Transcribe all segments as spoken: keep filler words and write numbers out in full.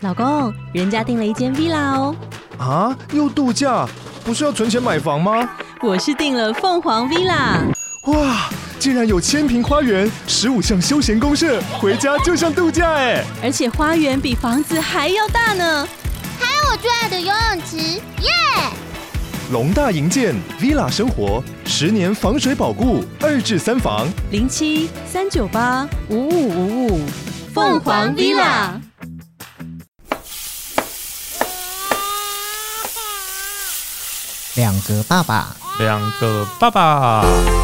老公，人家订了一间 villa 哦。 啊，又度假？不是要存钱买房吗？ 我是订了凤凰 villa。 哇，竟然有千坪花园，十五项休闲公设，回家就像度假哎！ 而且花园比房子还要大呢。 还有我最爱的游泳池，耶！ 龙大营建 villa 生活，十年防水保固，二至三房， 零七三九八五五五五，凤凰 villa。 两个爸爸， 两个爸爸。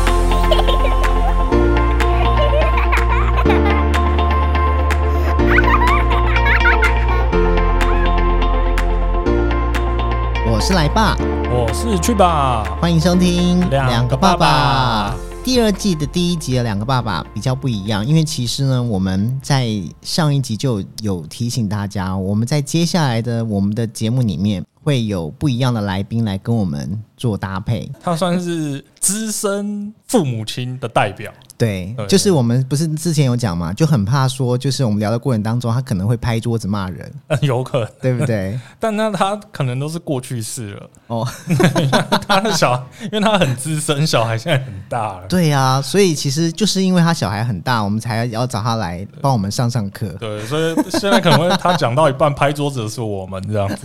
我是来爸， 我是去吧， 欢迎收听两个爸爸。 第二季的第一集的两个爸爸比较不一样，因为其实呢，我们在上一集就有提醒大家，我们在接下来的我们的节目里面会有不一样的来宾来跟我们做搭配。 他算是资深父母亲的代表。 对， 对就是我们不是之前有讲嘛，就很怕说，就是我们聊的过程当中，他可能会拍桌子骂人， 有可能， 对不对？ 但那他可能都是过去式了。 哦， 他的小孩，因为他很资深，小孩现在很大了。 对啊，所以其实就是因为他小孩很大，我们才要找他来帮我们上上课。 对，所以现在可能会他讲到一半拍桌子的是我们这样子。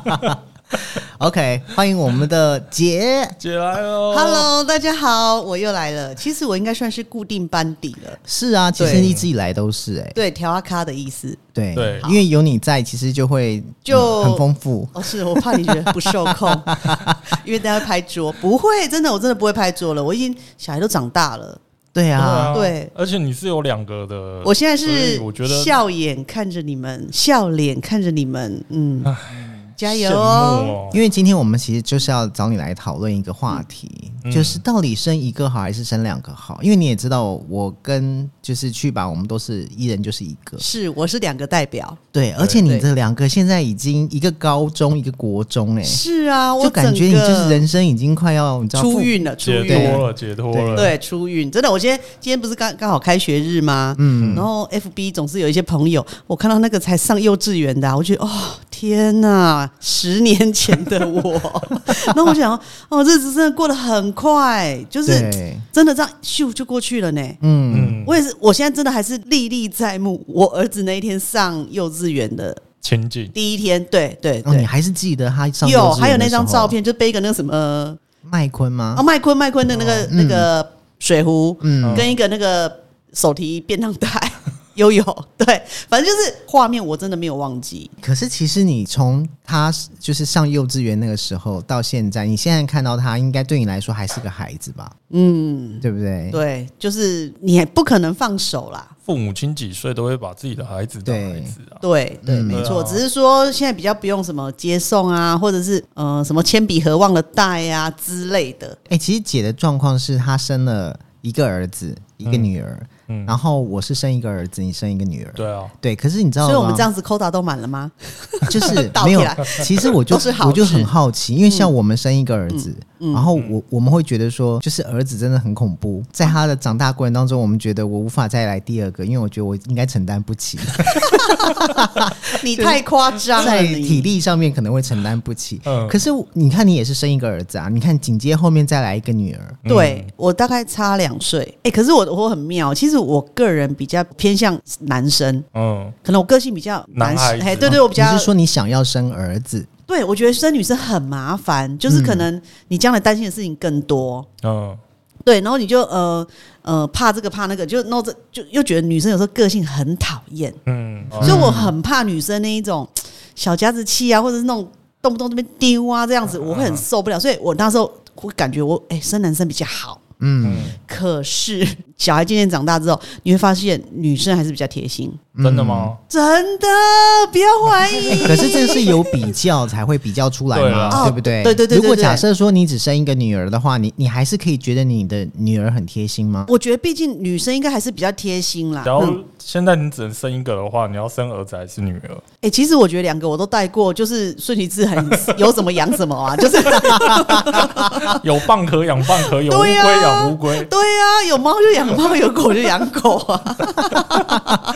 OK， 欢迎我们的姐姐来了 ，Hello， 大家好，我又来了。其实我应该算是固定班底了。 是啊，其实一直以来都是哎、欸， 对，调阿咖的意思。 对对， 因为有你在，其实就会就、 嗯、很丰富。 哦，是我怕你觉得不受控，因为大家会拍桌，不会，真的，我真的不会拍桌了。我已经小孩都长大了。 对啊， 对， 而且你是有两个的， 我现在是我觉得笑眼看着你们，笑脸看着你们，嗯。加油哦！ 因为今天我们其实就是要找你来讨论一个话题、嗯，就是到底生一个好还是生两个好？因为你也知道，我跟就是去吧，我们都是一人就是一个。 是，我是两个代表。 对，而且你这两个现在已经一个高中，一个国中、欸，哎， 是啊，我就感觉你就是人生已经快要你知道出运了，出运解脱了，解脱了。 对，出运真的。我今天今天不是刚刚好开学日吗？嗯，然后 F B 总是有一些朋友，我看到那个才上幼稚园的、啊，我觉得哦，天哪！十年前的我，那我想，哦，日子真的过得很快，就是真的这样咻就过去了呢。嗯，我也是，我现在真的还是历历在目。我儿子那一天上幼稚园的前景第一天，对对对、 哦，你还是记得他上幼稚园的时候有，还有那张照片，就背一个那个什么麦昆吗？ 啊，麦昆麦昆的那个、哦、那个水壶， 嗯， 跟一个那个手提便当袋。悠悠，对，反正就是画面我真的没有忘记。 可是其实你从他就是上幼稚园那个时候到现在，你现在看到他，应该对你来说还是个孩子吧？嗯，对不对？ 对，就是你也不可能放手啦。 父母亲几岁都会把自己的孩子当孩子啊， 对对，嗯、没错、啊。只是说现在比较不用什么接送啊，或者是呃什么铅笔盒忘了带啊之类的。 哎、欸，其实姐的状况是她生了一个儿子，一个女儿。嗯嗯、然后我是生一个儿子，你生一个女儿， 对啊， 对。可是你知道吗？ 所以我们这样子 quota 都满了吗？ 就是没有。其实我就我就很好奇，因为像我们生一个儿子，嗯、然后我我们会觉得说，就是儿子真的很恐怖，在他的长大过程当中，我们觉得我无法再来第二个，因为我觉得我应该承担不起。 你太夸张了， 在体力上面可能会承担不起。嗯、可是你看，你也是生一个儿子啊，你看紧接后面再来一个女儿， 对、嗯、我大概差两岁。哎、欸，可是我我很妙，其实我个人比较偏向男生，嗯，可能我个性比较男生，哎，对对，我比较。 你是说你想要生儿子？ 对，我觉得生女生很麻烦，就是可能你将来担心的事情更多，嗯，对，然后你就呃呃怕这个怕那个，就弄这就又觉得女生有时候个性很讨厌，嗯，所以我很怕女生那一种小家子气啊，或者是那种动不动这边丢啊这样子，我会很受不了，所以我那时候会感觉我哎、欸、生男生比较好。嗯，可是小孩渐渐长大之后，你会发现女生还是比较贴心。 真的吗？ 真的，不要怀疑。 可是这是有比较才会比较出来嘛， 对, 对不对？ 对对 对, 对, 对。 如果假设说你只生一个女儿的话，你你还是可以觉得你的女儿很贴心吗？ 我觉得毕竟女生应该还是比较贴心啦。 假如现在你只能生一个的话，你要生儿子还是女儿？ 哎、欸，其实我觉得两个我都带过，就是顺其自然，有什么养什么啊，就是有蚌壳养蚌壳，有乌龟养乌龟。 对啊，有猫就养猫，有狗就养狗啊。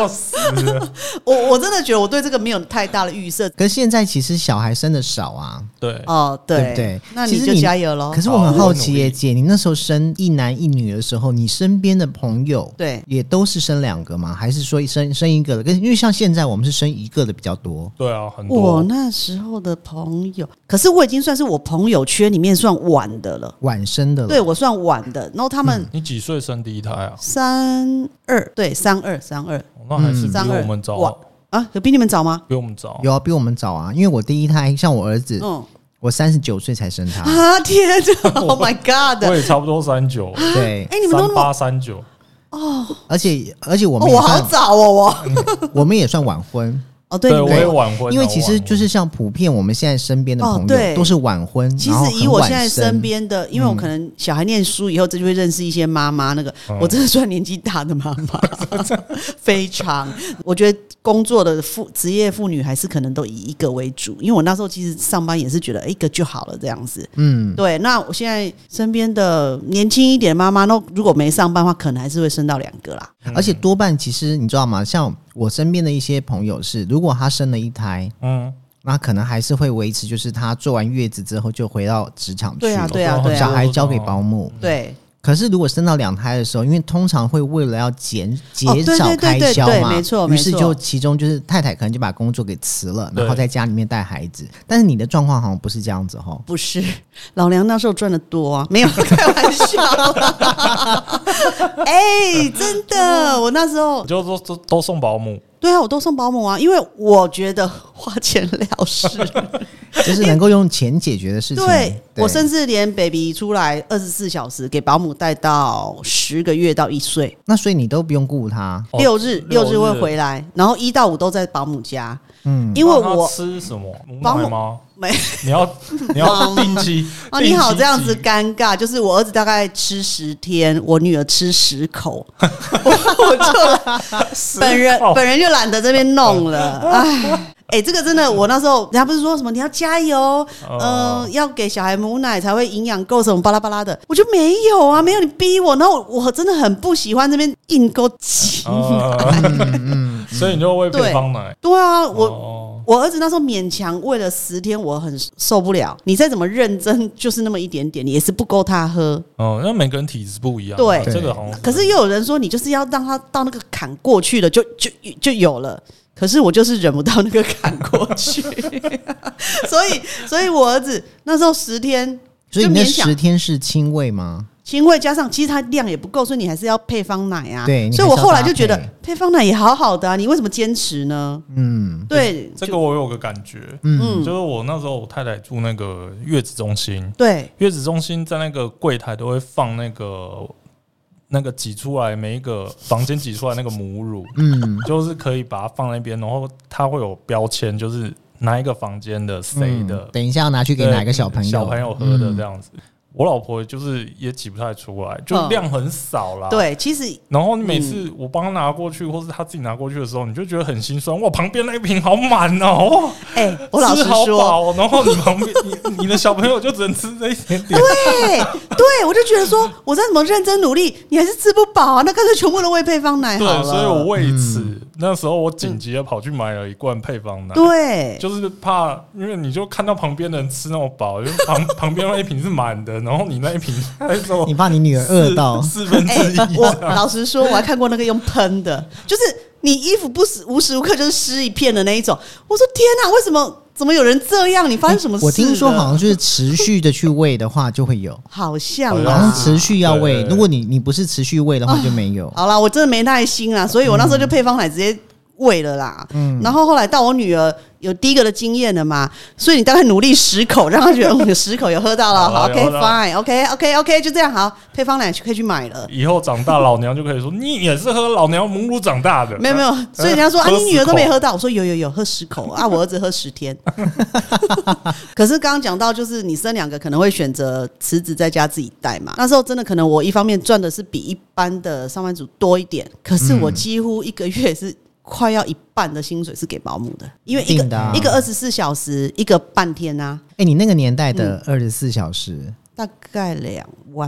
笑死了。 我我真的觉得我对这个没有太大的预设。 可是现在其实小孩生的少啊， 对， 哦，对， 对不对？ 那你就加油喽。 可是我很好奇耶，姐，你那时候生一男一女的时候，你身边的朋友对也都是生两个吗？还是说生生一个的？因为像现在我们是生一个的比较多。 对啊，很多。 我那时候的朋友，可是我已经算是我朋友圈里面算晚的了， 晚生的了。 对我算晚的。然后他们、嗯， 你几岁生第一胎啊？ 三二，对，三二三二， 那还是比我们早、嗯、 啊？有比你们早吗？ 比我们早， 有啊，比我们早啊。因为我第一胎像我儿子，嗯，我三十九岁才生他啊！天哪 ，Oh my God！ 我也差不多三九， 对， 哎、欸，你们都三八三九哦， 而且而且我们也哦、我好早哦，我我们也算晚婚。 哦，对， 对我也晚婚， 因为其实就是像普遍我们现在身边的朋友、哦、都是晚婚。 其实以我现在身边的，因为我可能小孩念书以后，这就会认识一些妈妈。那个、嗯、我真的算年纪大的妈妈，非常。我觉得工作的妇职业妇女还是可能都以一个为主，因为我那时候其实上班也是觉得一个就好了这样子。嗯，对。那我现在身边的年轻一点的妈妈，那如果没上班的话，可能还是会生到两个啦。 嗯、而且多半其实你知道吗？像我身边的一些朋友是，如果他生了一胎，嗯，那可能还是会维持，就是他做完月子之后就回到职场去， 对啊，对啊，对啊， 小孩交给保姆， 对。 可是如果生到两胎的时候，因为通常会为了要减减少开销嘛， 没错， 于是就其中就是太太可能就把工作给辞了，然后在家里面带孩子。但是你的状况好像不是这样子齁？ 不是，老娘那时候赚得多啊，没有开玩笑。哎、欸，真的，我那时候就都都都送保姆。 对啊，我都送保姆啊，因为我觉得花钱了事， 就是能够用钱解决的事情。 对，对我甚至连 baby 出来二十四小时给保姆带到十个月到一岁， 那所以你都不用顾他， 六日、哦、六日会回来，然后一到五都在保姆家。嗯，因为我吃什么保姆吗？ 没， 你要你要定期啊！你好，这样子尴尬，就是我儿子大概吃十天，我女儿吃十口，我, 我就本人本人就懒得这边弄了，哎。哎、欸，这个真的，我那时候人家不是说什么你要加油，嗯、呃，要给小孩母奶才会营养够什么巴拉巴拉的，我就没有啊，没有你逼我，然后 我, 我真的很不喜欢这边硬给我挤奶， 嗯，所以你就喂配方奶。 对, 对啊，我、哦、我儿子那时候勉强喂了十天，我很受不了。你再怎么认真，就是那么一点点，你也是不够他喝。 哦，那每个人体质不一样， 对， 这个好像。 可是又有人说，你就是要让他到那个坎过去了，就就就有了。可是我就是忍不到那个坎过去，所以，所以我儿子那时候十天， 所以你那十天是亲喂吗？ 亲喂加上其实它量也不够，所以你还是要配方奶啊。 对， 所以我后来就觉得配方奶也好好的啊，你为什么坚持呢？嗯，对， 这个我有个感觉，嗯，就是我那时候我太太住那个月子中心， 对， 月子中心在那个柜台都会放那个。那个挤出来每一个房间挤出来那个母乳，嗯，就是可以把它放在那边，然后它会有标签，就是哪一个房间的谁的、嗯， 等一下要拿去给哪个小朋友小朋友喝的这样子。嗯，我老婆就是也挤不太出来，就量很少啦。 嗯、对，其实然后你每次我帮他拿过去，或是他自己拿过去的时候，你就觉得很心酸。哇，旁边那一瓶好满哦！ 哎、欸，我老实说， 哦、然后你旁边你你的小朋友就只能吃这一点点。 对对，我就觉得说，我再怎么认真努力，你还是吃不饱啊。那干脆全部都喂配方奶好了。 对，所以我为此、嗯、那时候我紧急的跑去买了一罐配方奶。 对， 就是怕，因为你就看到旁边的人吃那么饱，因为旁旁边那一瓶是满的。然后你那一瓶， 你怕你女儿饿到四分之一、欸。 我老实说，我还看过那个用喷的，就是你衣服不时无时无刻就是湿一片的那一种。我说天哪，为什么怎么有人这样？你发生什么事、欸？ 我听说好像就是持续的去喂的话就会有， 好像好像持续要喂。如果你你不是持续喂的话就没有。 啊、好啦，我真的没耐心啦，所以我那时候就配方奶直接喂了啦。嗯，然后后来到我女儿。有第一个的经验了嘛，所以你大概努力十口，让他觉得有十口有喝到了，好 ，OK fine，OK OK OK， 就这样好，配方奶可以去买了。 以后长大，老娘就可以说你也是喝老娘母乳长大的。 没有没有，所以人家说啊，你女儿都没喝到，我说有有有，喝十口啊，我儿子喝十天。可是刚刚讲到，就是你生两个可能会选择辞职在家自己带嘛。那时候真的可能我一方面赚的是比一般的上班族多一点，可是我几乎一个月是。快要一半的薪水是给保姆的，因为一个、啊、一个二十四小时，一个半天啊。 哎、欸，你那个年代的二十四小时、 嗯、大概两万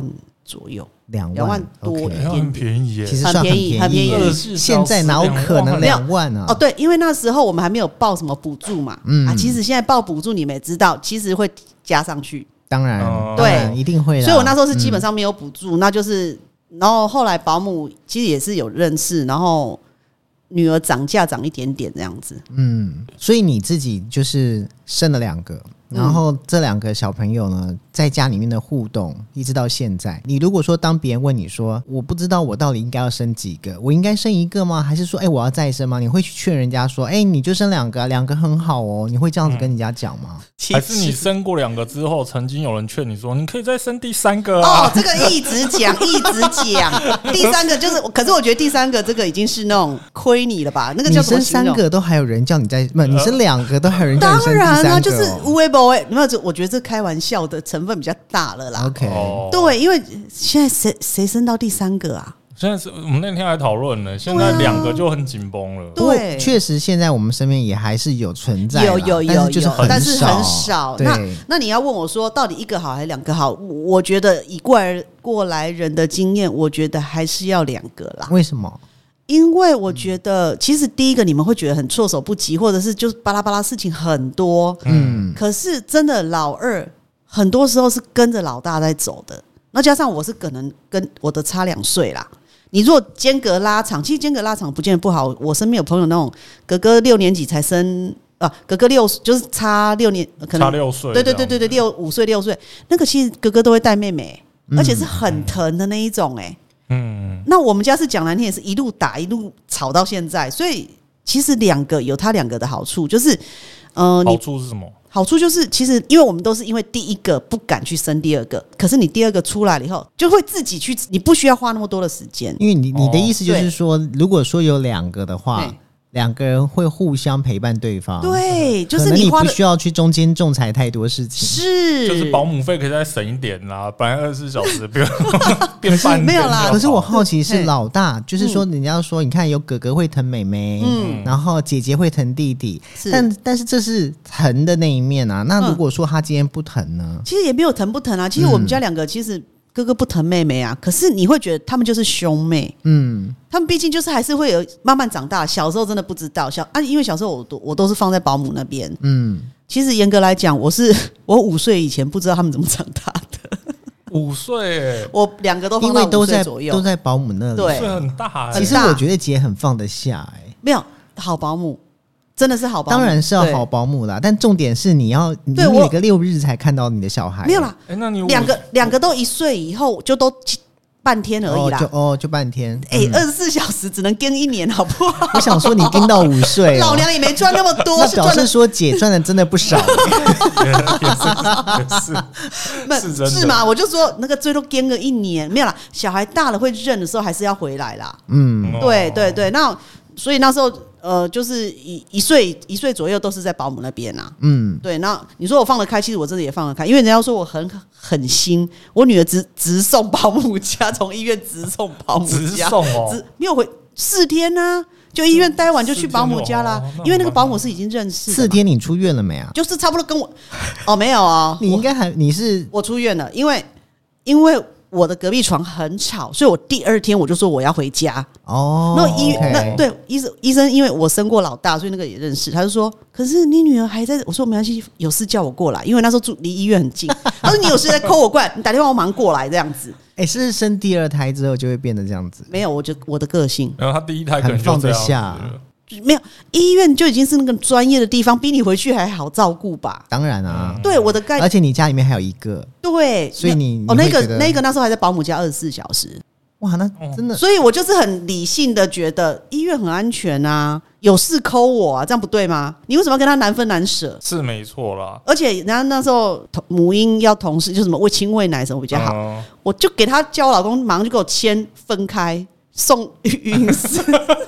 左右， 两两万多一点点， 很便宜耶， 其实算很便宜， 很便宜很便宜。现在哪有可能两万啊？ 哦，对，因为那时候我们还没有报什么补助嘛，嗯啊，其实现在报补助你们也知道，其实会加上去， 当然， 哦、 对， 当然一定会啦。 所以我那时候是基本上没有补助，嗯、那就是，然后后来保姆其实也是有认识，然后女儿涨价涨一点点这样子， 嗯，所以你自己就是生了两个。然后这两个小朋友呢，在家里面的互动一直到现在，你如果说当别人问你说我不知道我到底应该要生几个，我应该生一个吗？还是说哎、欸、我要再生吗？你会去劝人家说哎、欸、你就生两个，两个很好哦，你会这样子跟人家讲吗？ 嗯、还是你生过两个之后，曾经有人劝你说你可以再生第三个啊？ 哦，这个一直讲一直讲，第三个就是，可是我觉得第三个这个已经是那种亏你了吧？那个叫什么？ 你生三个都还有人叫你再，不，你生两个都还有人叫你生第三个、哦。 当然啊，就是无微不微，没有，我觉得这开玩笑的成分比较大了啦。 OK，、 哦、 对，因为现在谁谁生到第三个啊？ 现在是我们那天还讨论呢，现在两个就很紧绷了。 对， 确实现在我们身边也还是有存在， 有有有有， 但是就是很少， 但是很少。那那你要问我说，到底一个好还是两个好？我觉得以过来过来人的经验，我觉得还是要两个啦。 为什么？ 因为我觉得，其实第一个你们会觉得很措手不及，或者是就是巴拉巴拉事情很多，嗯，可是真的老二很多时候是跟着老大在走的。那加上我是可能跟我的差两岁啦。你如果间隔拉长，其实间隔拉长不见得不好。我身边有朋友那种哥哥六年级才生啊，哥哥六就是差六年，可能差六岁， 对对对对对，六五岁六岁，那个其实哥哥都会带妹妹，而且是很疼的那一种哎、欸。嗯，那我们家是讲难听，也是一路打一路吵到现在，所以其实两个有他两个的好处，就是， 呃，好处是什么？ 好处就是，其实因为我们都是因为第一个不敢去生第二个，可是你第二个出来了以后，就会自己去，你不需要花那么多的时间。 因为你你的意思就是说，哦、如果说有两个的话。两个人会互相陪伴对方， 对，就是你不需要去中间仲裁太多事情， 是， 就是保姆费可以再省一点啦，本来二十四小时变变半天没有啦。 可是我好奇是老大，就是说人家说，你看有哥哥会疼妹妹，嗯，然后姐姐会疼弟弟，但但是这是疼的那一面啊。那如果说他今天不疼呢？ 其实也没有疼不疼啊。其实我们家两个其实。哥哥不疼妹妹啊，可是你会觉得他们就是兄妹，嗯，他们毕竟就是还是会有慢慢长大。小时候真的不知道，小啊，因为小时候我都我都是放在保姆那边，嗯，其实严格来讲，我是我五岁以前不知道他们怎么长大的。 五岁， 我两个都放到五岁左右， 都在保姆那里， 对， 很大、欸。 其实我觉得姐很放得下、欸，哎， 没有好保姆。真的是好保姆， 当然是要好保姆啦。但重点是你要，你每个六日才看到你的小孩。 没有啦， 欸、那你两个两个都一岁以后就都半天而已啦。 哦，就哦就半天。 哎、欸，二十四小时只能跟一年，好不好？ 我想说你跟到五岁、哦， 老娘也没赚那么多， 那表示说姐赚的真的不少、欸。 也是，也是，是真的是吗？我就说那个最多跟个一年，没有啦。小孩大了会认的时候，还是要回来啦。嗯，对对对，那所以那时候。呃，就是一一岁一岁左右都是在保姆那边啊。嗯，对。那你说我放得开，其实我真的也放得开，因为人家说我很狠心，我女儿直直送保姆家，从医院直送保姆家， 直送哦， 直没有回四天呢、啊，就医院待完就去保姆家啦。哦、因为那个保姆是已经认识的。 四天你出院了没啊？ 就是差不多跟我哦没有哦， 你应该还你是我出院了，因为因为。我的隔壁床很吵，所以我第二天我就说我要回家。哦，那医、okay. 那对医生医生，因为我生过老大，所以那个也认识。他就说：“可是你女儿还在。”我说：“没关系，有事叫我过来。”因为那时候住离医院很近。他说：“你有事再 call 我过来，你打电话我马上过来这样子。” 哎、欸，是生第二胎之后就会变得这样子？ 没有，我就我的个性。 然后他第一胎可能就放得下。 没有医院就已经是那个专业的地方，比你回去还好照顾吧？ 当然啊， 嗯、对我的概念， 而且你家里面还有一个， 对， 所以你哦那个那个那时候还在保姆家二十四小时， 哇，那真的， 所以我就是很理性的觉得医院很安全啊，有事抠我啊，这样不对吗？你为什么要跟他难分难舍？ 是没错啦， 而且人家那时候母婴要同时就什么喂亲喂奶什么比较好，嗯、我就给他叫我老公马上就给我签分开送育婴室。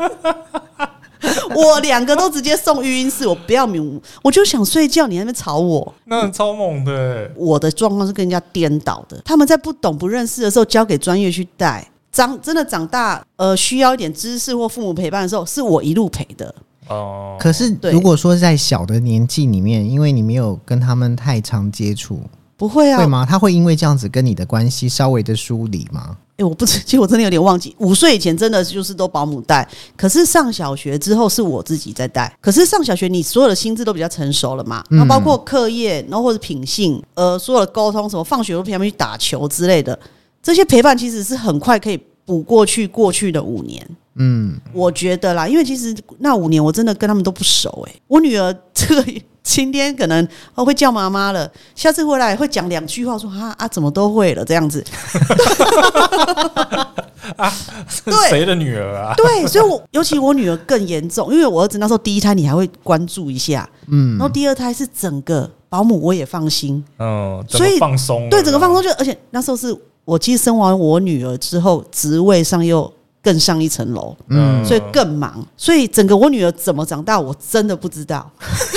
我两个都直接送育婴室，我不要明，我就想睡觉，你还在那边吵我， 那很超猛的、欸。 我的状况是跟人家颠倒的，他们在不懂不认识的时候交给专业去带，长真的长大，呃，需要一点知识或父母陪伴的时候，是我一路陪的。 哦，可是如果说在小的年纪里面，因为你没有跟他们太常接触， 不会啊， 会吗？他会因为这样子跟你的关系稍微的疏离吗？ 哎、欸，我不知，其实我真的有点忘记。五岁以前真的就是都保姆带，可是上小学之后是我自己在带。可是上小学你所有的心智都比较成熟了嘛，然后包括课业，然后或者品性，呃，所有的沟通，什么放学都陪他们去打球之类的，这些陪伴其实是很快可以补过去过去的五年。嗯，我觉得啦，因为其实那五年我真的跟他们都不熟哎、欸。我女儿这个今天可能哦会叫妈妈了，下次回来会讲两句话说啊啊怎么都会了这样子。 啊，是谁的女儿啊？ 对，所以我尤其我女儿更严重，因为我儿子那时候第一胎你还会关注一下，嗯，然后第二胎是整个保姆我也放心， 嗯，所以放松， 对，整个放松就，而且那时候是我其实生完我女儿之后，职位上又更上一层楼，嗯，所以更忙，所以整个我女儿怎么长大，我真的不知道。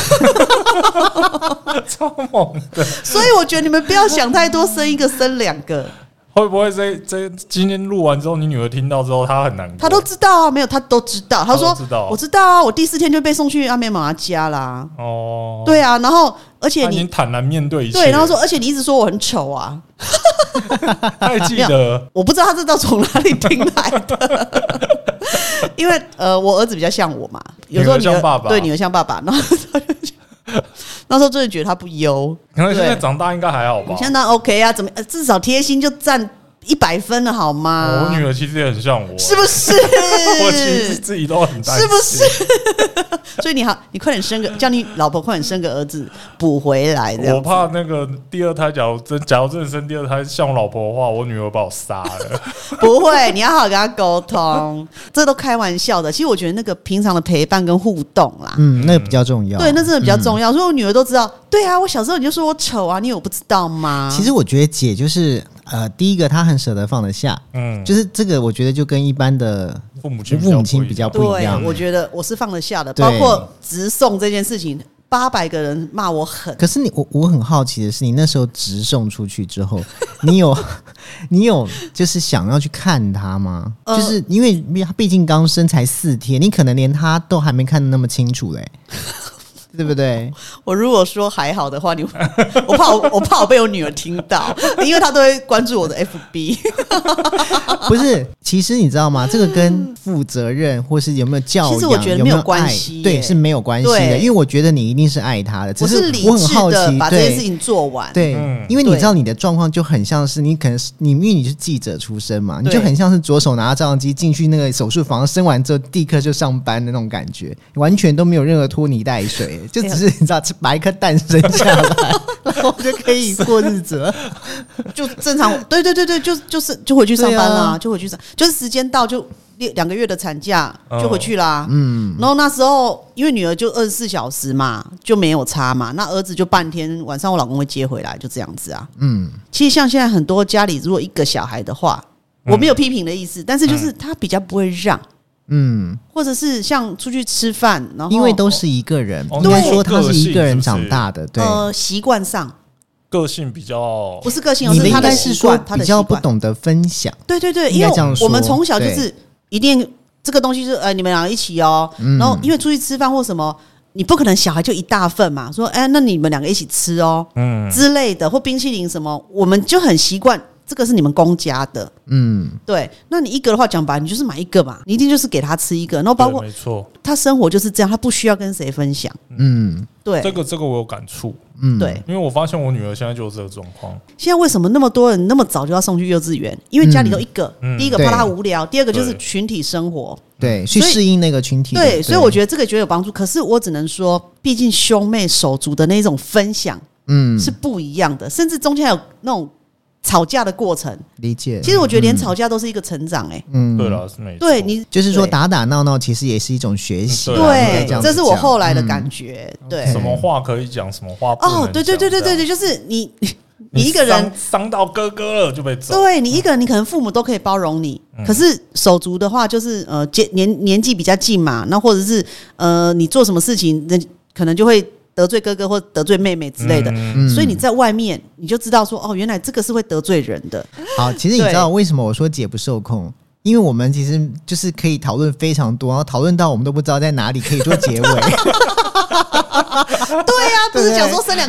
超猛的， 所以我觉得你们不要想太多，生一个生两个。 会不会这这今天录完之后，你女儿听到之后，她很难过？ 她都知道啊，没有，她都知道。她说：“ 知道我知道啊，我第四天就被送去阿美妈妈家啦。”哦，对啊，然后而且你已经坦然面对一切， 对，然后说，而且你一直说我很丑啊， 她还记得， 我不知道她这道从哪里听来的。因为呃，我儿子比较像我嘛，有时候女儿像爸爸， 对女儿像爸爸，然后他就那时候真的觉得他不优， 可能现在长大应该还好吧？ 现在 OK 啊，怎么至少贴心就占一百分了好吗？ 哦？我女儿其实也很像我， 是不是？ 我其实自己都很担心， 是不是？所以你好，你快点生个，叫你老婆快点生个儿子补回来。 我怕那个第二胎，假如真假如真的生第二胎像我老婆的话，我女儿把我杀了。 不会，你要好好跟她沟通，这都开玩笑的。其实我觉得那个平常的陪伴跟互动啦， 嗯，那个比较重要。 对，那真的比较重要。嗯、所以我女儿都知道，对啊，我小时候你就说我丑啊，你有不知道吗？ 其实我觉得姐就是呃，第一个她很舍得放得下，嗯，就是这个我觉得就跟一般的父母亲父母亲比较不一样。 对，我觉得我是放得下的，包括直送这件事情。八百个人骂我狠， 可是你我我很好奇的是，你那时候直送出去之后，你有你有就是想要去看他吗？呃、就是因为他毕竟刚生才四天，你可能连他都还没看得那么清楚嘞、欸。对不对？ 我如果说还好的话，你我怕我我怕我被我女儿听到，因为她都会关注我的 F B。 不是，其实你知道吗？这个跟负责任或是有没有教养， 其实我觉得没有关系， 对，是没有关系的。因为我觉得你一定是爱他的，只是我很好奇， 我是理智的把这件事情做完。 对，嗯、因为你知道你的状况就很像是你可能是你，因为你是记者出身嘛，你就很像是左手拿着照相机进去那个手术房，生完之后立刻就上班的那种感觉，完全都没有任何拖泥带水。就只是你知道，把一颗蛋生下来，然后就可以过日子了， 就正常。对对对对，就就是就回去上班啦，啊、就回去上，就是时间到就两个月的产假就回去啦。嗯，然后那时候因为女儿就二十四小时嘛，就没有差嘛，那儿子就半天，晚上我老公会接回来，就这样子啊。嗯，其实像现在很多家里如果一个小孩的话，我没有批评的意思，但是就是他比较不会让。嗯，或者是像出去吃饭，然后因为都是一个人，应该说他是一个人长大的，对， 呃，习惯上个性比较不是个性，而是他的习惯， 比较不懂得分享。 对对对，因为我们从小就是一定这个东西是呃你们两个一起哦，然后因为出去吃饭或什么，你不可能小孩就一大份嘛，说哎那你们两个一起吃哦，嗯之类的，或冰淇淋什么，我们就很习惯。这个是你们公家的，嗯，对。那你一个的话，讲白，你就是买一个嘛，你一定就是给他吃一个，然后包括没错， 他生活就是这样，他不需要跟谁分享，嗯，对。 这个这个我有感触， 嗯，对， 因为我发现我女儿现在就是这个状况。 现在为什么那么多人那么早就要送去幼稚园？因为家里都一个，嗯、第一个怕他无聊，第二个就是群体生活， 对，去适应那个群体。 对，所以我觉得这个绝对有帮助。可是我只能说，毕竟兄妹手足的那种分享，嗯，是不一样的，甚至中间还有那种。吵架的过程， 理解。 其实我觉得连吵架都是一个成长、欸，哎， 嗯，对了，是没错。 对你就是说打打闹闹，其实也是一种学习。 对，这是我后来的感觉。嗯、对， 什么话可以讲，什么话不能讲。 哦，对对对对对对，就是你你一个人伤到哥哥了就被揍。 对你一个人，你可能父母都可以包容你，嗯、可是手足的话，就是呃年年纪比较近嘛，那或者是呃你做什么事情，可能就会。得罪哥哥或得罪妹妹之类的，嗯、所以你在外面你就知道说哦，原来这个是会得罪人的。 好，其实你知道为什么我说姐不受控？因为我们其实就是可以讨论非常多，然后讨论到我们都不知道在哪里可以做结尾。 对啊，不是讲说生两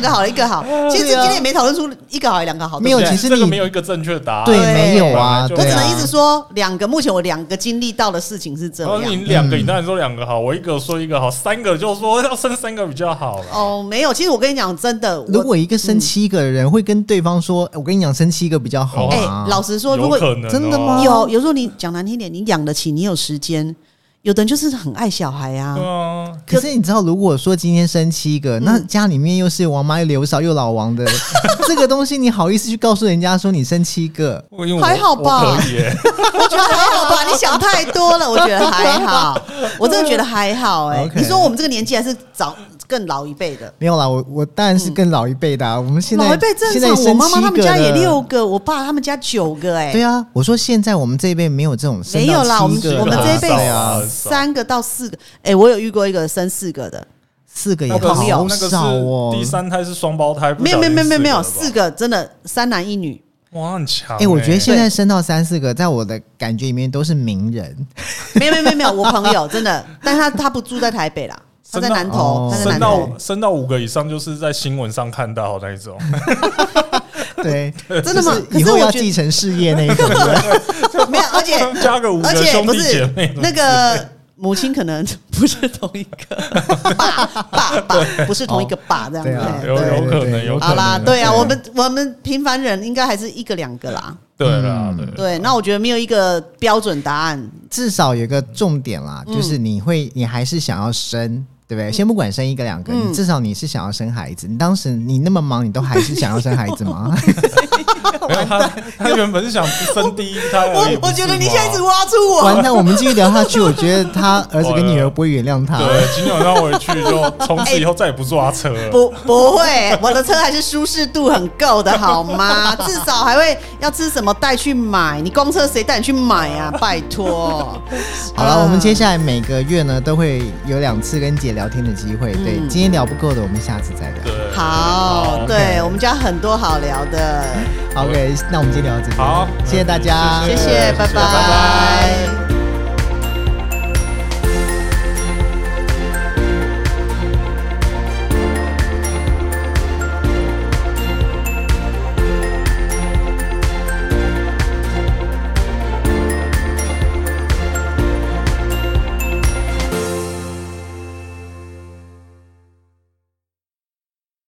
个好了，一个好。其实今天也没讨论出一个好还是两个好， 没有，其实这个没有一个正确答案， 对，没有啊。 我只能一直说两个。目前我两个经历到的事情是这样。 你两个，你当然说两个好，我一个说一个好，三个就说要生三个比较好了。 哦，没有，其实我跟你讲，真的， 如果一个生七个人会跟对方说，我跟你讲，生七个比较好。 哎，老实说，如果真的吗？ 有有时候你讲难听点，你养得起，你有时间。有的人就是很爱小孩啊， 对啊。 可是你知道，如果说今天生七个，嗯、那家里面又是王妈又刘嫂又老王的，这个东西你好意思去告诉人家说你生七个？ 还好吧？我可以耶，我觉得还好吧。你想太多了，我觉得还好。我真的觉得还好哎、欸。Okay. 你说我们这个年纪还是早更老一辈的？ 没有啦，我我当然是更老一辈的、啊。嗯、我们现在老一辈正常，我妈妈他们家也六个，我爸他们家九个哎、欸。 对啊，我说现在我们这一辈没有这种生到七个， 没有啦，我们我们这一辈啊。 三个到四个，哎、欸，我有遇过一个生四个的， 四个也好少哦。 第三胎是双胞胎， 没有没有没有没有，四个真的三男一女， 哇，很强、欸。 哎、欸，我觉得现在生到三四个，在我的感觉里面都是名人。 没有没有没有没有，我朋友真的，但他他不住在台北啦，他在南投，他在南投， 生到五个以上就是在新闻上看到那一种。 对， 真的吗？ 以后要继承事业那一种， 没有，而且加个五个兄弟姐妹， 那个母亲可能不是同一个爸爸爸，不是同一个爸这样子， 有有可能有可能。 好啦，对啊，我们我们平凡人应该还是一个两个啦。 对啦，对对，那我觉得没有一个标准答案， 至少有一个重点啦，就是你会，你还是想要生。对不对？先不管生一个两个，嗯、你至少你是想要生孩子。你当时你那么忙，你都还是想要生孩子吗？ 没有，他他原本是想生第一胎而已。 我我觉得你现在一直挖出我。 完蛋，我们继续聊下去，我觉得他儿子跟女儿不会原谅他。 对，今天晚上回去就从此以后再也不抓车了。 不不会，我的车还是舒适度很够的，好吗？至少还会要吃什么带去买。你公车谁带你去买啊？拜托。 好了，我们接下来每个月呢都会有两次跟姐聊天的机会。对，嗯、今天聊不够的，我们下次再聊。 好，好对、okay. 我们家很多好聊的。 OK， 那我们今天聊到这边。 好， 谢谢大家， 谢谢，拜拜。拜拜。